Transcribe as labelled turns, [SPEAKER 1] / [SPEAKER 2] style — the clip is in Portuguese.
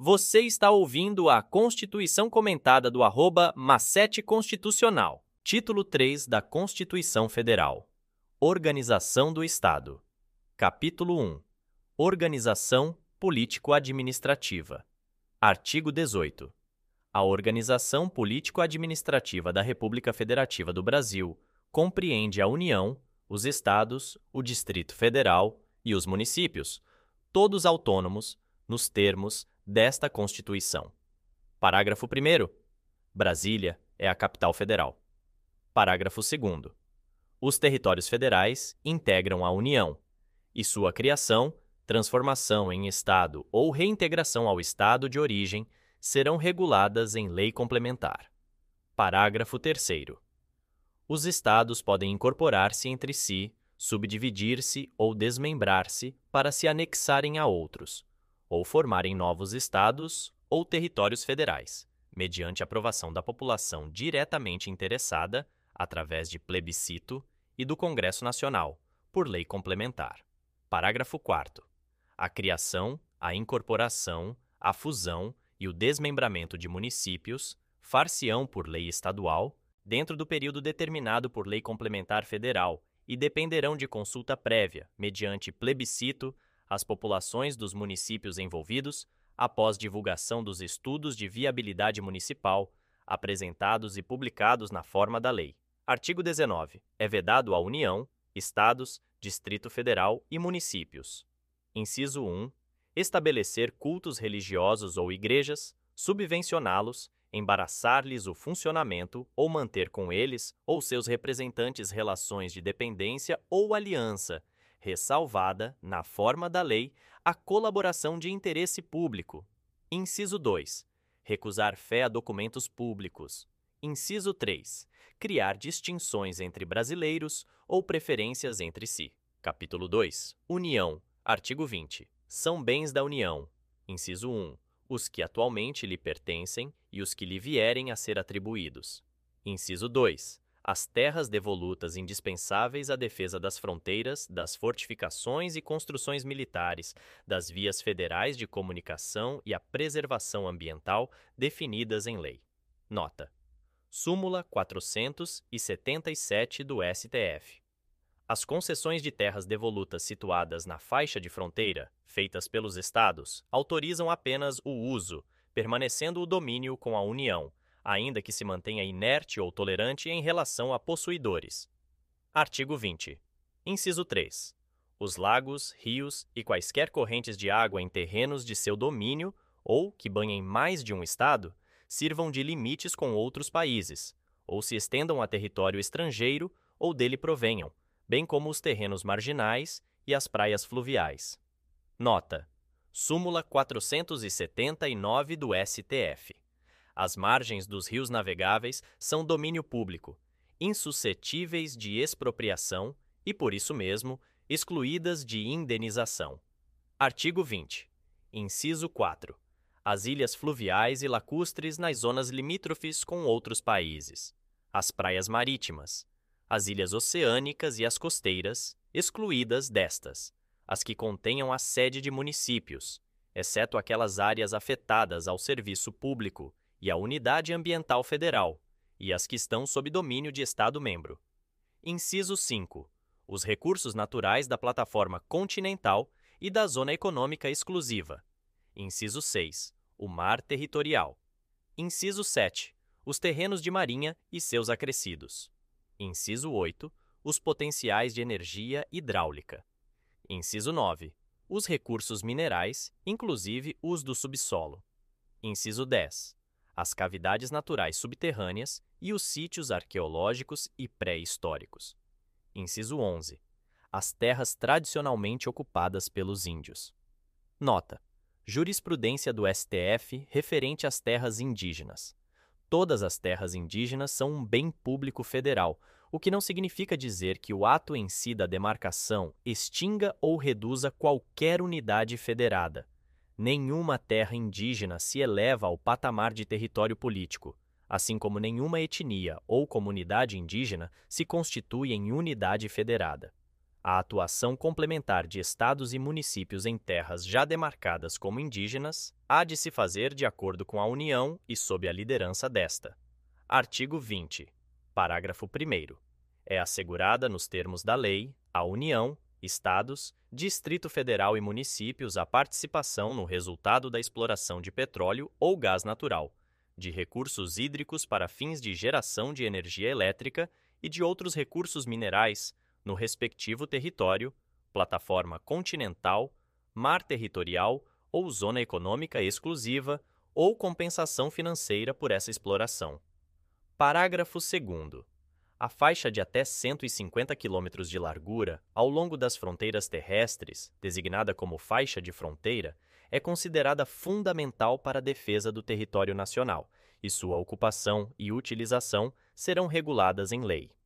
[SPEAKER 1] Você está ouvindo a Constituição comentada do @Macete Constitucional. Título 3 da Constituição Federal. Organização do Estado. Capítulo 1. Organização político-administrativa. Artigo 18. A organização político-administrativa da República Federativa do Brasil compreende a União, os Estados, o Distrito Federal e os municípios, todos autônomos, nos termos desta Constituição. Parágrafo 1º. Brasília é a capital federal. Parágrafo 2º. Os territórios federais integram a União, e sua criação, transformação em Estado ou reintegração ao Estado de origem serão reguladas em lei complementar. Parágrafo 3º. Os Estados podem incorporar-se entre si, subdividir-se ou desmembrar-se para se anexarem a outros, ou formarem novos Estados ou territórios federais, mediante aprovação da população diretamente interessada, através de plebiscito, e do Congresso Nacional, por lei complementar. Parágrafo 4º. A criação, a incorporação, a fusão e o desmembramento de municípios far-se-ão por lei estadual, dentro do período determinado por lei complementar federal, e dependerão de consulta prévia, mediante plebiscito, às populações dos municípios envolvidos, após divulgação dos estudos de viabilidade municipal, apresentados e publicados na forma da lei. Artigo 19. É vedado à União, Estados, Distrito Federal e municípios. Inciso 1. Estabelecer cultos religiosos ou igrejas, subvencioná-los, embaraçar-lhes o funcionamento ou manter com eles ou seus representantes relações de dependência ou aliança, ressalvada, na forma da lei, a colaboração de interesse público. Inciso 2. Recusar fé a documentos públicos. Inciso 3. Criar distinções entre brasileiros ou preferências entre si. Capítulo 2. União. Artigo 20. São bens da União. Inciso 1. Os que atualmente lhe pertencem e os que lhe vierem a ser atribuídos. Inciso 2. As terras devolutas indispensáveis à defesa das fronteiras, das fortificações e construções militares, das vias federais de comunicação e a preservação ambiental definidas em lei. Nota: Súmula 477 do STF. As concessões de terras devolutas situadas na faixa de fronteira, feitas pelos Estados, autorizam apenas o uso, permanecendo o domínio com a União, ainda que se mantenha inerte ou tolerante em relação a possuidores. Artigo 20. Inciso 3. Os lagos, rios e quaisquer correntes de água em terrenos de seu domínio ou que banhem mais de um Estado sirvam de limites com outros países, ou se estendam a território estrangeiro ou dele provenham, bem como os terrenos marginais e as praias fluviais. Nota: Súmula 479 do STF. As margens dos rios navegáveis são domínio público, insuscetíveis de expropriação e, por isso mesmo, excluídas de indenização. Artigo 20. Inciso 4. As ilhas fluviais e lacustres nas zonas limítrofes com outros países. As praias marítimas. As ilhas oceânicas e as costeiras, excluídas destas. As que contenham a sede de municípios, exceto aquelas áreas afetadas ao serviço público e à unidade ambiental federal, e as que estão sob domínio de Estado-membro. Inciso 5. Os recursos naturais da plataforma continental e da zona econômica exclusiva. Inciso 6. O mar territorial. Inciso 7. Os terrenos de marinha e seus acrescidos. Inciso 8. Os potenciais de energia hidráulica. Inciso 9. Os recursos minerais, inclusive os do subsolo. Inciso 10. As cavidades naturais subterrâneas e os sítios arqueológicos e pré-históricos. Inciso 11. As terras tradicionalmente ocupadas pelos índios. Nota: Jurisprudência do STF referente às terras indígenas. Todas as terras indígenas são um bem público federal, o que não significa dizer que o ato em si da demarcação extinga ou reduza qualquer unidade federada. Nenhuma terra indígena se eleva ao patamar de território político, assim como nenhuma etnia ou comunidade indígena se constitui em unidade federada. A atuação complementar de estados e municípios em terras já demarcadas como indígenas há de se fazer de acordo com a União e sob a liderança desta. Artigo 20. Parágrafo 1º. É assegurada, nos termos da lei, à União, Estados, Distrito Federal e municípios a participação no resultado da exploração de petróleo ou gás natural, de recursos hídricos para fins de geração de energia elétrica e de outros recursos minerais no respectivo território, plataforma continental, mar territorial ou zona econômica exclusiva ou compensação financeira por essa exploração. Parágrafo 2º. A faixa de até 150 km de largura ao longo das fronteiras terrestres, designada como faixa de fronteira, é considerada fundamental para a defesa do território nacional, e sua ocupação e utilização serão reguladas em lei.